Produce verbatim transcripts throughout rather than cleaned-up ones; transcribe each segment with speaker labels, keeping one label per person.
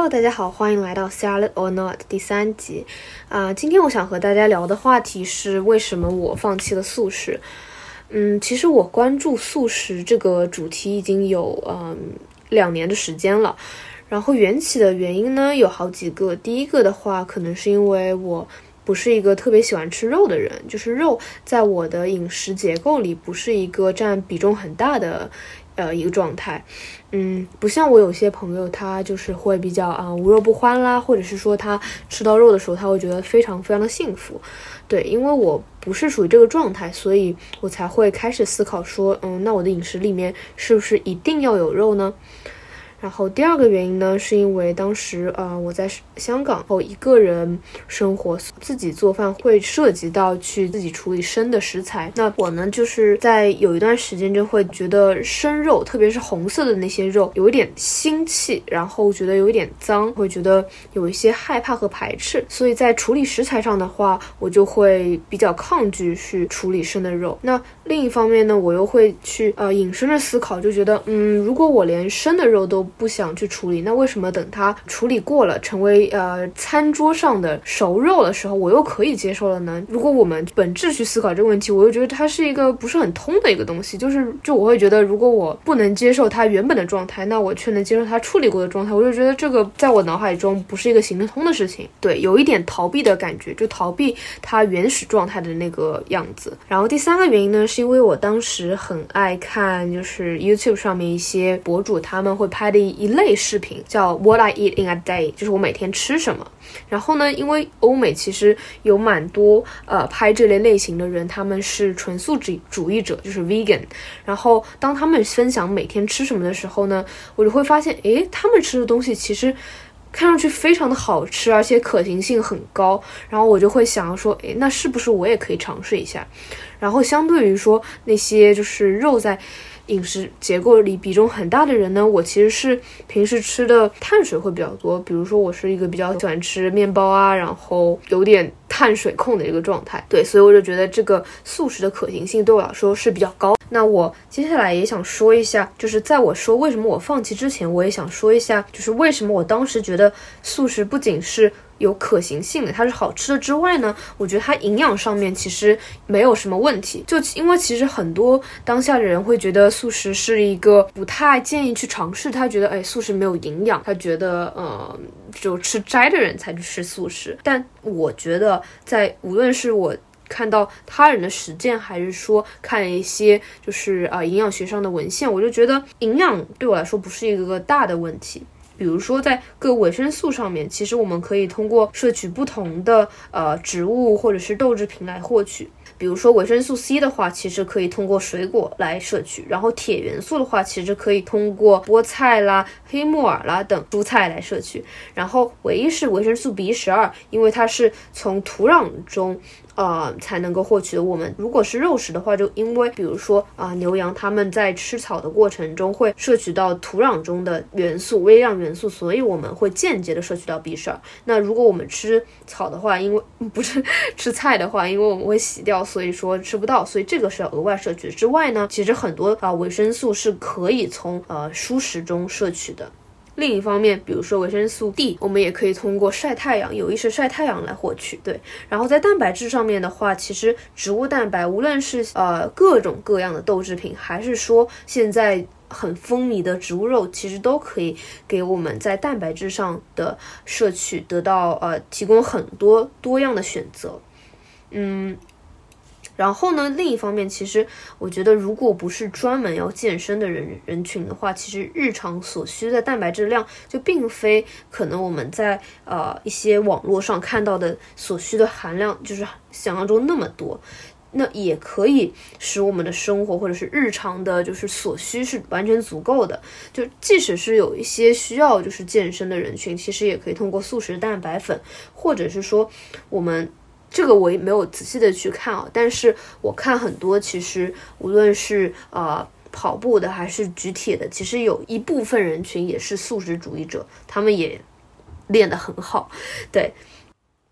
Speaker 1: 大家好，欢迎来到 Salad or Not 第三集。啊、呃，今天我想和大家聊的话题是为什么我放弃了素食。嗯，其实我关注素食这个主题已经有嗯两年的时间了。然后缘起的原因呢有好几个。第一个的话，可能是因为我不是一个特别喜欢吃肉的人，就是肉在我的饮食结构里不是一个占比重很大的呃一个状态。嗯，不像我有些朋友，他就是会比较啊、呃、无肉不欢啦，或者是说他吃到肉的时候他会觉得非常非常的幸福。对，因为我不是属于这个状态，所以我才会开始思考说，嗯，那我的饮食里面是不是一定要有肉呢？然后第二个原因呢，是因为当时呃我在香港后一个人生活，自己做饭会涉及到去自己处理生的食材。那我呢就是在有一段时间就会觉得生肉，特别是红色的那些肉有一点腥气，然后觉得有一点脏，会觉得有一些害怕和排斥，所以在处理食材上的话，我就会比较抗拒去处理生的肉。那另一方面呢，我又会去呃引申的思考，就觉得嗯，如果我连生的肉都不想去处理，那为什么等它处理过了成为呃餐桌上的熟肉的时候我又可以接受了呢？如果我们本质去思考这个问题，我又觉得它是一个不是很通的一个东西。就是就我会觉得，如果我不能接受它原本的状态，那我却能接受它处理过的状态，我就觉得这个在我脑海中不是一个行得通的事情。对，有一点逃避的感觉，就逃避它原始状态的那个样子。然后第三个原因呢，是因为我当时很爱看就是 YouTube 上面一些博主他们会拍的一类视频，叫 What I Eat in a Day， 就是我每天吃什么。然后呢，因为欧美其实有蛮多呃拍这类类型的人，他们是纯素主义者，就是 vegan。然后当他们分享每天吃什么的时候呢，我就会发现，诶，他们吃的东西其实看上去非常的好吃，而且可行性很高。然后我就会想要说，诶，那是不是我也可以尝试一下？然后相对于说那些就是肉在饮食结构里比重很大的人呢，我其实是平时吃的碳水会比较多。比如说我是一个比较喜欢吃面包啊，然后有点碳水控的一个状态。对，所以我就觉得这个素食的可行性对我来说是比较高。那我接下来也想说一下，就是在我说为什么我放弃之前，我也想说一下，就是为什么我当时觉得素食不仅是有可行性的，它是好吃的之外呢，我觉得它营养上面其实没有什么问题。就因为其实很多当下的人会觉得素食是一个不太建议去尝试，他觉得哎素食没有营养，他觉得呃就吃斋的人才去吃素食。但我觉得在无论是我看到他人的实践，还是说看一些就是啊、呃、营养学上的文献，我就觉得营养对我来说不是一个大的问题。比如说在各维生素上面，其实我们可以通过摄取不同的呃植物或者是豆制品来获取。比如说维生素 C 的话，其实可以通过水果来摄取，然后铁元素的话，其实可以通过菠菜啦、黑木耳啦等蔬菜来摄取。然后唯一是维生素 B 十二，因为它是从土壤中呃，才能够获取的。我们如果是肉食的话，就因为比如说啊、呃，牛羊他们在吃草的过程中会摄取到土壤中的元素、微量元素，所以我们会间接的摄取到 B 十二。那如果我们吃草的话，因为不是吃菜的话，因为我们会洗掉，所以说吃不到，所以这个是要额外摄取。之外呢，其实很多啊、呃、维生素是可以从呃蔬食中摄取的。另一方面，比如说维生素 D， 我们也可以通过晒太阳，有意识晒太阳来获取。对，然后在蛋白质上面的话，其实植物蛋白，无论是呃各种各样的豆制品，还是说现在很风靡的植物肉，其实都可以给我们在蛋白质上的摄取得到呃提供很多多样的选择。嗯。然后呢，另一方面，其实我觉得如果不是专门要健身的人人群的话，其实日常所需的蛋白质量就并非可能我们在呃一些网络上看到的所需的含量就是想象中那么多。那也可以使我们的生活或者是日常的就是所需是完全足够的。就即使是有一些需要就是健身的人群，其实也可以通过素食蛋白粉，或者是说我们这个我也没有仔细的去看啊，但是我看很多其实无论是呃跑步的还是举铁的，其实有一部分人群也是素食主义者，他们也练得很好。对，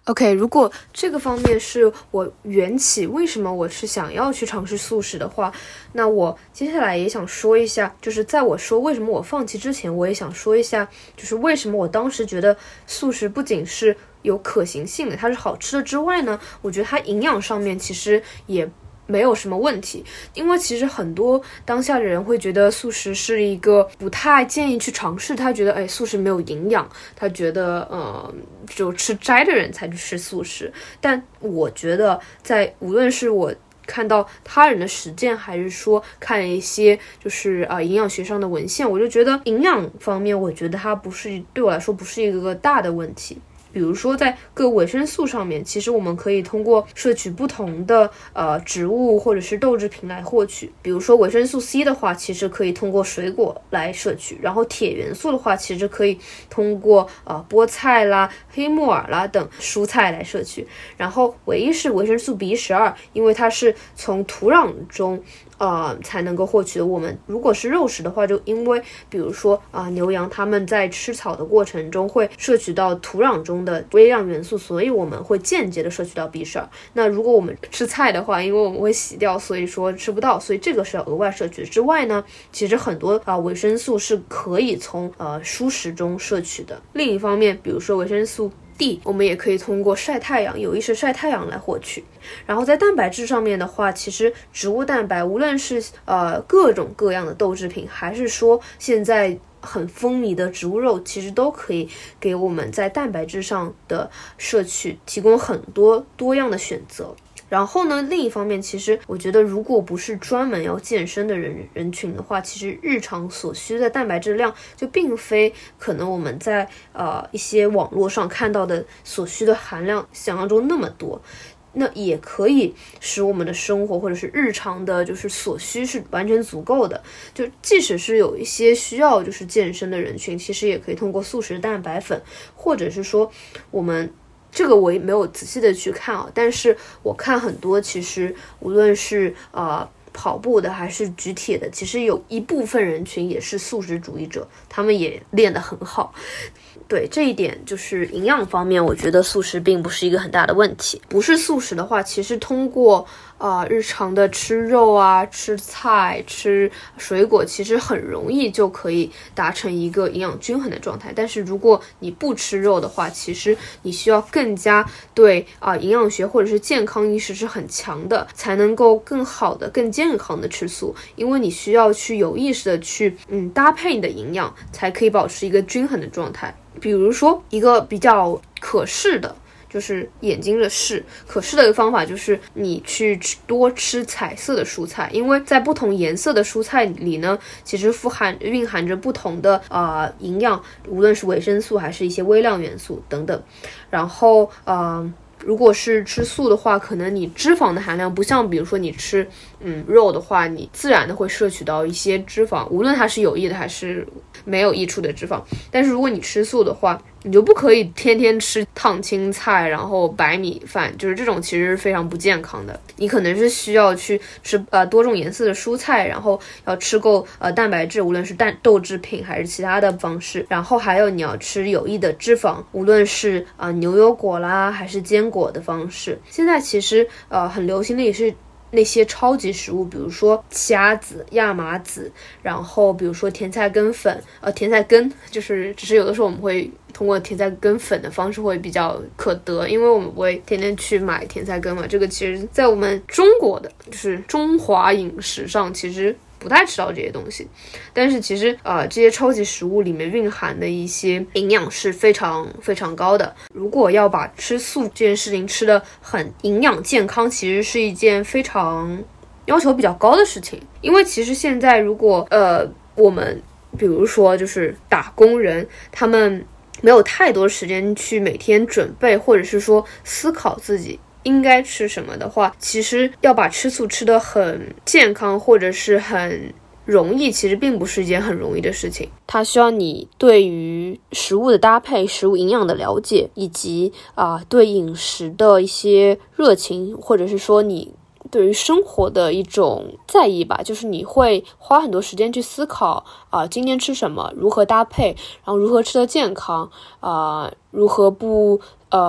Speaker 1: OK， 如果这个方面是我缘起，为什么我是想要去尝试素食的话，那我接下来也想说一下，就是在我说为什么我放弃之前，我也想说一下，就是为什么我当时觉得素食不仅是有可行性的，它是好吃的之外呢，我觉得它营养上面其实也没有什么问题。因为其实很多当下的人会觉得素食是一个不太建议去尝试，他觉得哎，素食没有营养，他觉得呃，只有吃斋的人才去吃素食。但我觉得在无论是我看到他人的实践，还是说看一些就是啊、呃、营养学上的文献，我就觉得营养方面，我觉得它不是对我来说不是一个大的问题。比如说在各维生素上面，其实我们可以通过摄取不同的呃植物或者是豆制品来获取。比如说维生素 C 的话，其实可以通过水果来摄取，然后铁元素的话，其实可以通过呃菠菜啦、黑木耳啦等蔬菜来摄取。然后唯一是维生素 B 十二，因为它是从土壤中呃，才能够获取的。我们如果是肉食的话，就因为比如说啊、呃，牛羊它们在吃草的过程中会摄取到土壤中的微量元素，所以我们会间接的摄取到 B 十二。那如果我们吃菜的话，因为我们会洗掉，所以说吃不到，所以这个是要额外摄取之外呢，其实很多啊、呃、维生素是可以从呃蔬食中摄取的。另一方面，比如说维生素D， 我们也可以通过晒太阳，有意识晒太阳来获取。然后在蛋白质上面的话，其实植物蛋白无论是呃各种各样的豆制品，还是说现在很风靡的植物肉，其实都可以给我们在蛋白质上的摄取提供很多多样的选择。然后呢，另一方面，其实我觉得如果不是专门要健身的人人群的话，其实日常所需的蛋白质量就并非可能我们在呃一些网络上看到的所需的含量想象中那么多。那也可以使我们的生活或者是日常的就是所需是完全足够的。就即使是有一些需要就是健身的人群，其实也可以通过素食蛋白粉，或者是说我们这个我也没有仔细的去看啊，但是我看很多其实无论是呃跑步的还是举铁的，其实有一部分人群也是素食主义者，他们也练得很好。对，这一点就是营养方面，我觉得素食并不是一个很大的问题。不是素食的话，其实通过呃日常的吃肉啊、吃菜、吃水果，其实很容易就可以达成一个营养均衡的状态。但是如果你不吃肉的话，其实你需要更加对啊、呃、营养学或者是健康意识是很强的，才能够更好的、更健康的吃素。因为你需要去有意识的去嗯搭配你的营养，才可以保持一个均衡的状态。比如说一个比较可视的，就是眼睛的视，可视的一个方法就是你去多吃彩色的蔬菜，因为在不同颜色的蔬菜里呢，其实富含蕴含着不同的呃营养，无论是维生素还是一些微量元素等等。然后呃如果是吃素的话，可能你脂肪的含量不像比如说你吃嗯肉的话，你自然的会摄取到一些脂肪，无论它是有益的还是没有益处的脂肪。但是如果你吃素的话，你就不可以天天吃烫青菜，然后白米饭，就是这种其实是非常不健康的。你可能是需要去吃呃多种颜色的蔬菜，然后要吃够呃蛋白质，无论是蛋豆制品还是其他的方式，然后还有你要吃有益的脂肪，无论是呃牛油果啦还是坚果的方式。现在其实呃很流行的也是那些超级食物，比如说虾子、亚麻籽，然后比如说甜菜根粉，呃，甜菜根就是只是有的时候我们会通过甜菜根粉的方式会比较可得，因为我们不会天天去买甜菜根嘛。这个其实在我们中国的就是中华饮食上，其实不太吃到这些东西，但是其实呃这些超级食物里面蕴含的一些营养是非常非常高的。如果要把吃素这件事情吃得很营养健康，其实是一件非常要求比较高的事情。因为其实现在如果呃我们比如说就是打工人，他们没有太多时间去每天准备或者是说思考自己应该吃什么的话，其实要把吃素吃得很健康或者是很容易，其实并不是一件很容易的事情。它需要你对于食物的搭配、食物营养的了解，以及啊、呃、对饮食的一些热情，或者是说你对于生活的一种在意吧，就是你会花很多时间去思考啊、呃，今天吃什么，如何搭配，然后如何吃得健康啊、呃，如何不呃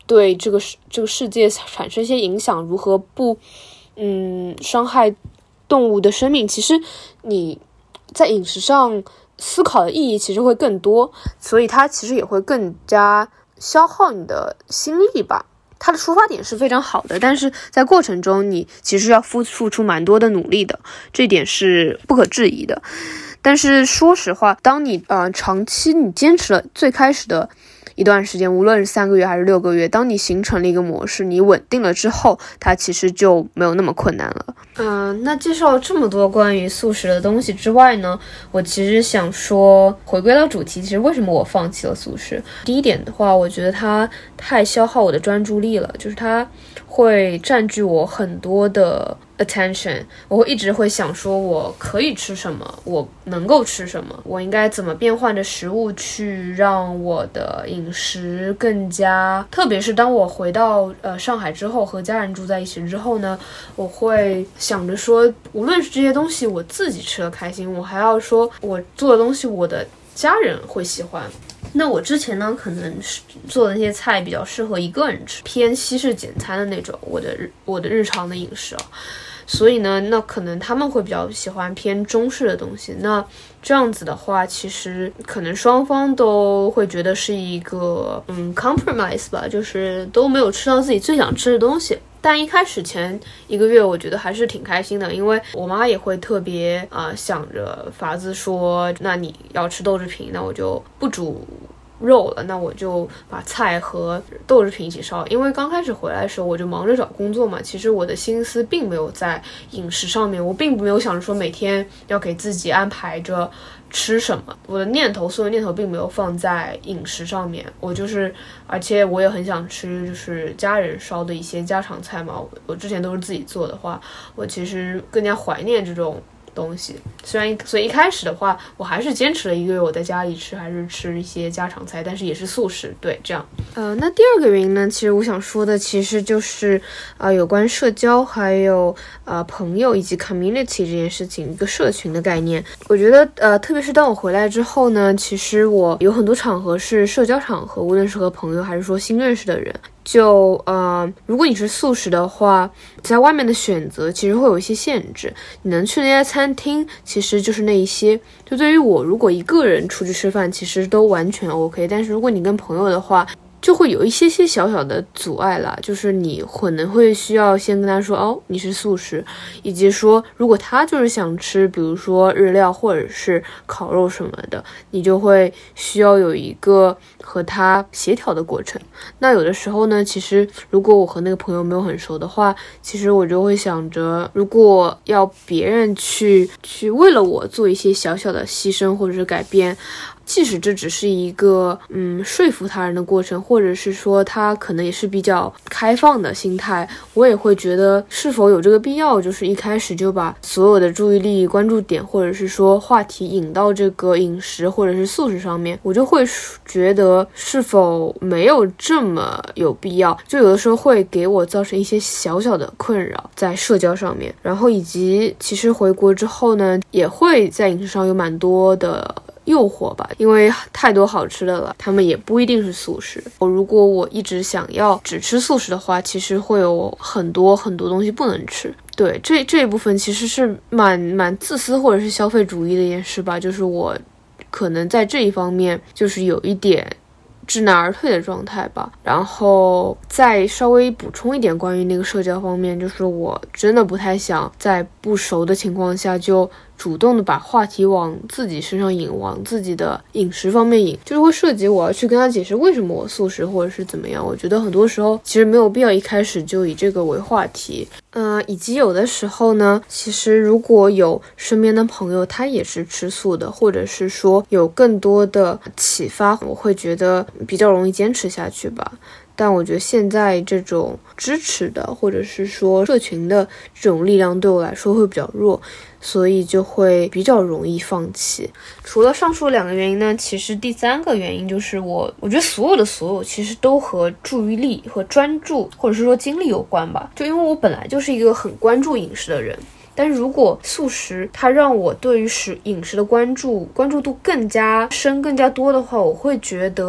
Speaker 1: 对这个这个世界产生一些影响，如何不嗯伤害动物的生命，其实你在饮食上思考的意义其实会更多，所以它其实也会更加消耗你的心力吧。它的出发点是非常好的，但是在过程中你其实要付付出蛮多的努力的，这点是不可置疑的。但是说实话，当你呃长期你坚持了最开始的一段时间，无论是三个月还是六个月，当你形成了一个模式，你稳定了之后，它其实就没有那么困难了。嗯、呃，那介绍了这么多关于素食的东西之外呢，我其实想说，回归到主题，其实为什么我放弃了素食？第一点的话，我觉得它太消耗我的专注力了，就是它会占据我很多的attention， 我会一直会想说我可以吃什么，我能够吃什么，我应该怎么变换着食物去让我的饮食更加，特别是当我回到呃上海之后，和家人住在一起之后呢，我会想着说，无论是这些东西我自己吃得开心，我还要说我做的东西我的家人会喜欢。那我之前呢，可能是做的那些菜比较适合一个人吃，偏西式简餐的那种，我的日我的日常的饮食啊。所以呢，那可能他们会比较喜欢偏中式的东西。那这样子的话，其实可能双方都会觉得是一个嗯 compromise 吧，就是都没有吃到自己最想吃的东西。但一开始前一个月，我觉得还是挺开心的，因为我妈也会特别啊、呃、想着法子说，那你要吃豆制品，那我就不煮肉了，那我就把菜和豆制品一起烧。因为刚开始回来的时候我就忙着找工作嘛，其实我的心思并没有在饮食上面，我并没有想着说每天要给自己安排着吃什么，我的念头所有念头并没有放在饮食上面。我就是而且我也很想吃就是家人烧的一些家常菜嘛，我我之前都是自己做的话，我其实更加怀念这种东西。虽然所以一开始的话我还是坚持了一个月，我在家里吃还是吃一些家常菜，但是也是素食。对，这样呃，那第二个原因呢，其实我想说的其实就是呃有关社交还有呃朋友以及 community 这件事情，一个社群的概念。我觉得呃特别是当我回来之后呢，其实我有很多场合是社交场合，无论是和朋友还是说新认识的人。就呃，如果你是素食的话，在外面的选择其实会有一些限制，你能去那些餐厅其实就是那一些。就对于我，如果一个人出去吃饭其实都完全 OK， 但是如果你跟朋友的话，就会有一些些小小的阻碍啦，就是你可能会需要先跟他说哦你是素食，以及说如果他就是想吃比如说日料或者是烤肉什么的，你就会需要有一个和他协调的过程。那有的时候呢，其实如果我和那个朋友没有很熟的话，其实我就会想着，如果要别人去去为了我做一些小小的牺牲或者是改变，即使这只是一个嗯说服他人的过程，或者是说他可能也是比较开放的心态，我也会觉得是否有这个必要，就是一开始就把所有的注意力关注点或者是说话题引到这个饮食或者是素食上面，我就会觉得是否没有这么有必要，就有的时候会给我造成一些小小的困扰在社交上面。然后以及其实回国之后呢，也会在饮食上有蛮多的诱惑吧，因为太多好吃的了，他们也不一定是素食。如果我一直想要只吃素食的话，其实会有很多很多东西不能吃。对，这这一部分其实是蛮蛮自私或者是消费主义的一件事吧，就是我可能在这一方面就是有一点知难而退的状态吧。然后再稍微补充一点关于那个社交方面，就是我真的不太想在不熟的情况下就主动的把话题往自己身上引，往自己的饮食方面引，就是会涉及我要去跟他解释为什么我素食或者是怎么样。我觉得很多时候其实没有必要一开始就以这个为话题。嗯、呃，以及有的时候呢，其实如果有身边的朋友他也是吃素的，或者是说有更多的启发，我会觉得比较容易坚持下去吧。但我觉得现在这种支持的或者是说社群的这种力量对我来说会比较弱，所以就会比较容易放弃。除了上述两个原因呢，其实第三个原因就是我我觉得所有的所有其实都和注意力和专注或者是说精力有关吧。就因为我本来就是一个很关注饮食的人，但是如果素食它让我对于食饮食的关注关注度更加深更加多的话，我会觉得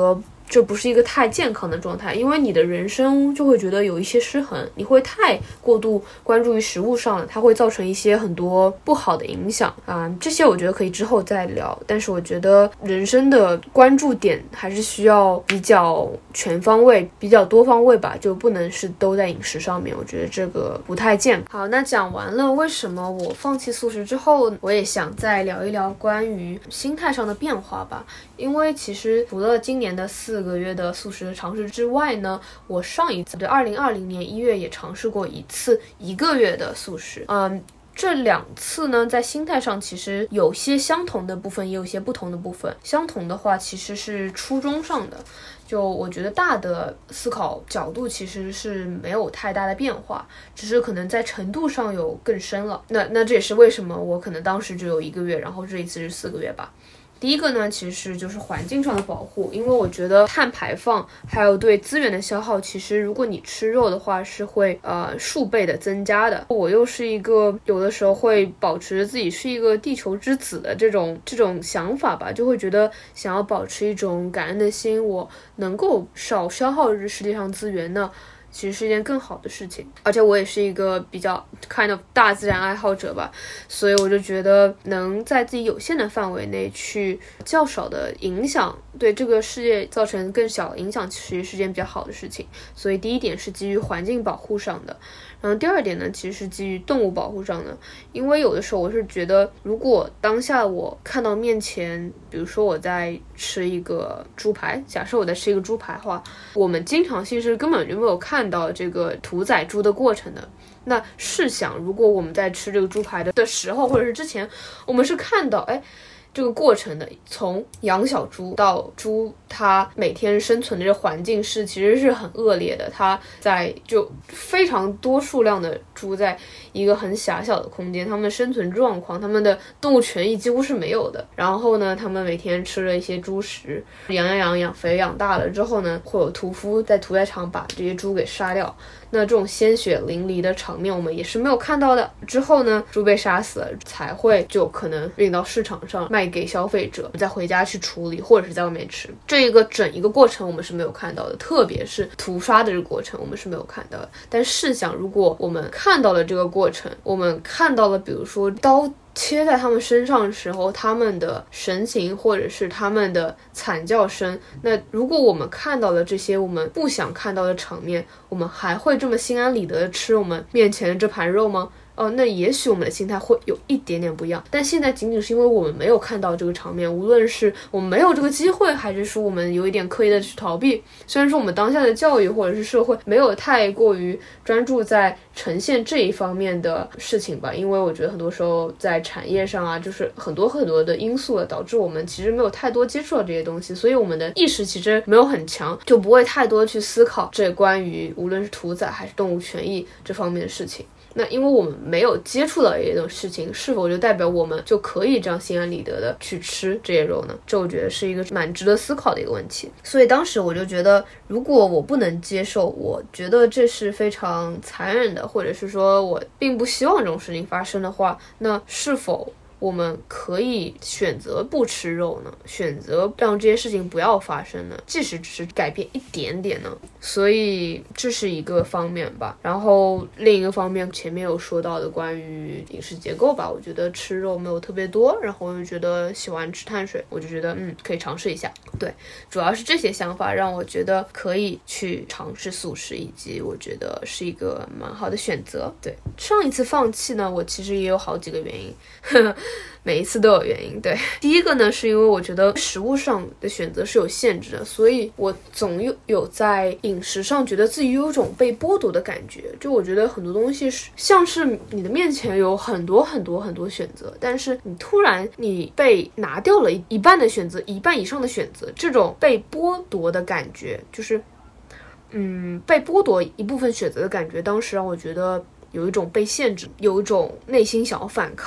Speaker 1: 这不是一个太健康的状态，因为你的人生就会觉得有一些失衡，你会太过度关注于食物上了，它会造成一些很多不好的影响啊。这些我觉得可以之后再聊，但是我觉得人生的关注点还是需要比较全方位、比较多方位吧，就不能是都在饮食上面，我觉得这个不太健康。好，那讲完了为什么我放弃素食之后，我也想再聊一聊关于心态上的变化吧。因为其实除了今年的四个月的素食的尝试之外呢，我上一次对二零二零年一月也尝试过一次一个月的素食。嗯，这两次呢，在心态上其实有些相同的部分，也有些不同的部分。相同的话其实是初衷上的，就我觉得大的思考角度其实是没有太大的变化，只是可能在程度上有更深了。那那这也是为什么我可能当时只有一个月，然后这一次是四个月吧。第一个呢，其实就是环境上的保护，因为我觉得碳排放还有对资源的消耗，其实如果你吃肉的话是会呃数倍的增加的。我又是一个有的时候会保持着自己是一个地球之子的这种这种想法吧，就会觉得想要保持一种感恩的心，我能够少消耗这世界上资源呢，其实是一件更好的事情。而且我也是一个比较 kind of 大自然爱好者吧，所以我就觉得能在自己有限的范围内去较少的影响，对这个世界造成更小的影响，其实是件比较好的事情。所以第一点是基于环境保护上的，然后第二点呢，其实是基于动物保护上的。因为有的时候我是觉得，如果当下我看到面前，比如说我在吃一个猪排，假设我在吃一个猪排的话，我们经常性是根本就没有看到这个屠宰猪的过程的。那试想，如果我们在吃这个猪排的的时候，或者是之前，我们是看到哎这个过程的，从养小猪到猪它每天生存的这环境是其实是很恶劣的，它在就非常多数量的猪在一个很狭小的空间，它们的生存状况，它们的动物权益几乎是没有的。然后呢，它们每天吃了一些猪食，养养养养肥养大了之后呢，会有屠夫在屠宰场把这些猪给杀掉。那这种鲜血淋漓的场面我们也是没有看到的。之后呢，猪被杀死了，才会就可能运到市场上卖给消费者，再回家去处理，或者是在外面吃。这一个整一个过程我们是没有看到的，特别是屠杀的这个过程我们是没有看到的。但试想，如果我们看到了这个过程，我们看到了比如说刀切在他们身上的时候，他们的神情或者是他们的惨叫声，那如果我们看到了这些我们不想看到的场面，我们还会这么心安理得的吃我们面前的这盘肉吗？哦，那也许我们的心态会有一点点不一样，但现在仅仅是因为我们没有看到这个场面，无论是我们没有这个机会，还是说我们有一点刻意的去逃避。虽然说我们当下的教育或者是社会没有太过于专注在呈现这一方面的事情吧，因为我觉得很多时候在产业上啊，就是很多很多的因素导致我们其实没有太多接触到这些东西，所以我们的意识其实没有很强，就不会太多去思考这关于无论是屠宰还是动物权益这方面的事情。那因为我们没有接触到这种事情，是否就代表我们就可以这样心安理得的去吃这些肉呢？这我觉得是一个蛮值得思考的一个问题。所以当时我就觉得，如果我不能接受，我觉得这是非常残忍的，或者是说我并不希望这种事情发生的话，那是否我们可以选择不吃肉呢？选择让这些事情不要发生呢？即使只是改变一点点呢？所以这是一个方面吧。然后另一个方面，前面有说到的关于饮食结构吧，我觉得吃肉没有特别多，然后我就觉得喜欢吃碳水，我就觉得嗯可以尝试一下。对，主要是这些想法让我觉得可以去尝试素食，以及我觉得是一个蛮好的选择。对，上一次放弃呢，我其实也有好几个原因。呵呵，每一次都有原因。对，第一个呢，是因为我觉得食物上的选择是有限制的，所以我总有有在饮食上觉得自己有种被剥夺的感觉。就我觉得很多东西是像是你的面前有很多很多很多选择，但是你突然你被拿掉了一半的选择，一半以上的选择，这种被剥夺的感觉，就是嗯被剥夺一部分选择的感觉，当时让我觉得有一种被限制，有一种内心想要反抗，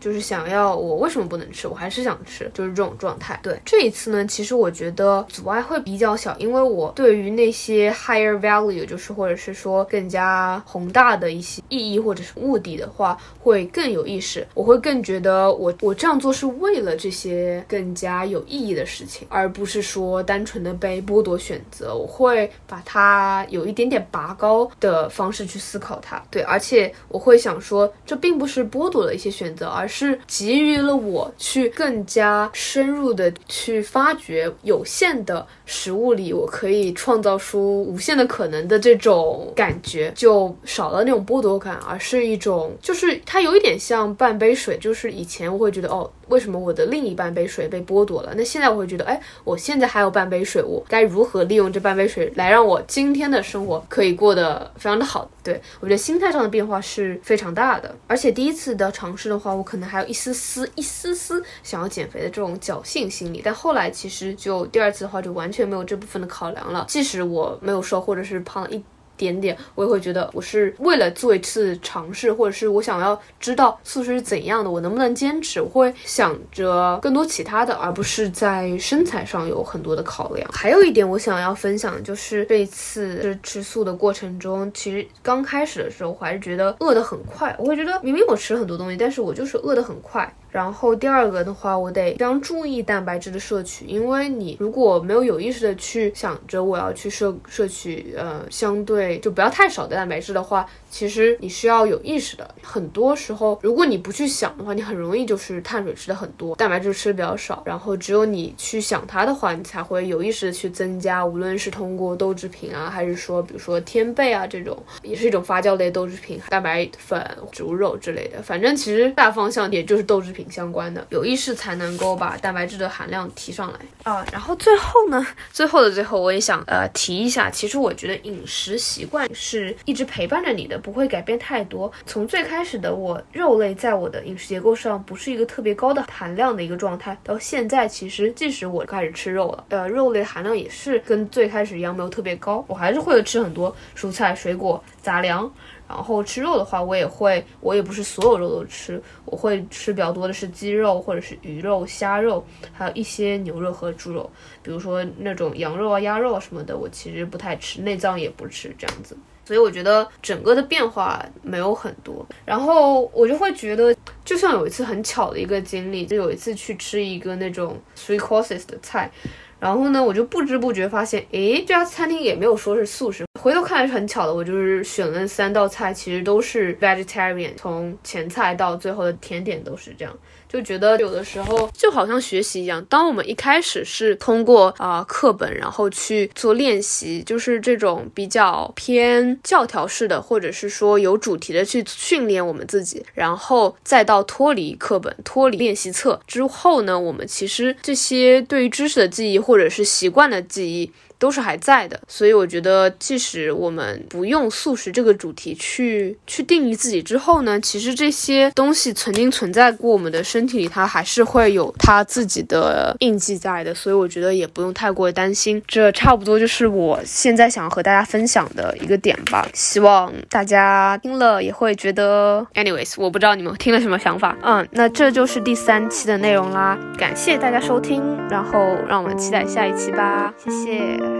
Speaker 1: 就是想要我为什么不能吃，我还是想吃，就是这种状态。对，这一次呢，其实我觉得阻碍会比较小，因为我对于那些 higher value， 就是或者是说更加宏大的一些意义或者是目的的话，会更有意识。我会更觉得我我这样做是为了这些更加有意义的事情，而不是说单纯的被剥夺选择。我会把它有一点点拔高的方式去思考它。对，而且我会想说，这并不是剥夺了一些选择，而是给予了我去更加深入的去发掘有限的食物里我可以创造出无限的可能的这种感觉，就少了那种剥夺感，而是一种就是它有一点像半杯水，就是以前我会觉得哦，为什么我的另一半杯水被剥夺了，那现在我会觉得哎，我现在还有半杯水，我该如何利用这半杯水来让我今天的生活可以过得非常的好。对，我觉得心态上的变化是非常大的。而且第一次的尝试的话，我可能还有一丝丝一丝丝想要减肥的这种侥幸心理，但后来其实就第二次的话就完全没有这部分的考量了。即使我没有瘦或者是胖了一点点，我也会觉得我是为了做一次尝试，或者是我想要知道素食是怎样的，我能不能坚持，我会想着更多其他的，而不是在身材上有很多的考量。还有一点我想要分享的就是这一次吃素的过程中，其实刚开始的时候我还是觉得饿得很快，我会觉得明明我吃了很多东西，但是我就是饿得很快。然后第二个的话，我得非常注意蛋白质的摄取，因为你如果没有有意识的去想着我要去摄摄取呃相对就不要太少的蛋白质的话，其实你是要有意识的。很多时候如果你不去想的话，你很容易就是碳水吃的很多，蛋白质吃的比较少，然后只有你去想它的话，你才会有意识的去增加，无论是通过豆制品啊，还是说比如说天贝啊这种也是一种发酵类豆制品，蛋白粉、植物肉之类的，反正其实大方向也就是豆制品相关的，有意识才能够把蛋白质的含量提上来啊。然后最后呢，最后的最后我也想呃提一下，其实我觉得饮食习惯是一直陪伴着你的，不会改变太多。从最开始的我肉类在我的饮食结构上不是一个特别高的含量的一个状态，到现在其实即使我开始吃肉了，呃，肉类的含量也是跟最开始一样没有特别高，我还是会吃很多蔬菜、水果、杂粮。然后吃肉的话，我也会，我也不是所有肉都吃，我会吃比较多的是鸡肉或者是鱼肉、虾肉，还有一些牛肉和猪肉，比如说那种羊肉啊、鸭肉啊什么的，我其实不太吃，内脏也不吃这样子。所以我觉得整个的变化没有很多，然后我就会觉得，就像有一次很巧的一个经历，就有一次去吃一个那种 three courses 的菜。然后呢，我就不知不觉发现，诶，这家餐厅也没有说是素食。回头看来是很巧的，我就是选了三道菜，其实都是 vegetarian， 从前菜到最后的甜点都是这样。就觉得有的时候就好像学习一样，当我们一开始是通过啊、呃、课本然后去做练习，就是这种比较偏教条式的，或者是说有主题的去训练我们自己，然后再到脱离课本、脱离练习册之后呢，我们其实这些对于知识的记忆或者是习惯的记忆都是还在的。所以我觉得即使我们不用素食这个主题去去定义自己之后呢，其实这些东西曾经存在过我们的身体里，它还是会有它自己的印记在的。所以我觉得也不用太过担心，这差不多就是我现在想和大家分享的一个点吧。希望大家听了也会觉得 anyways， 我不知道你们听了什么想法。嗯，那这就是第三期的内容啦，感谢大家收听，然后让我们期待下一期吧，谢谢。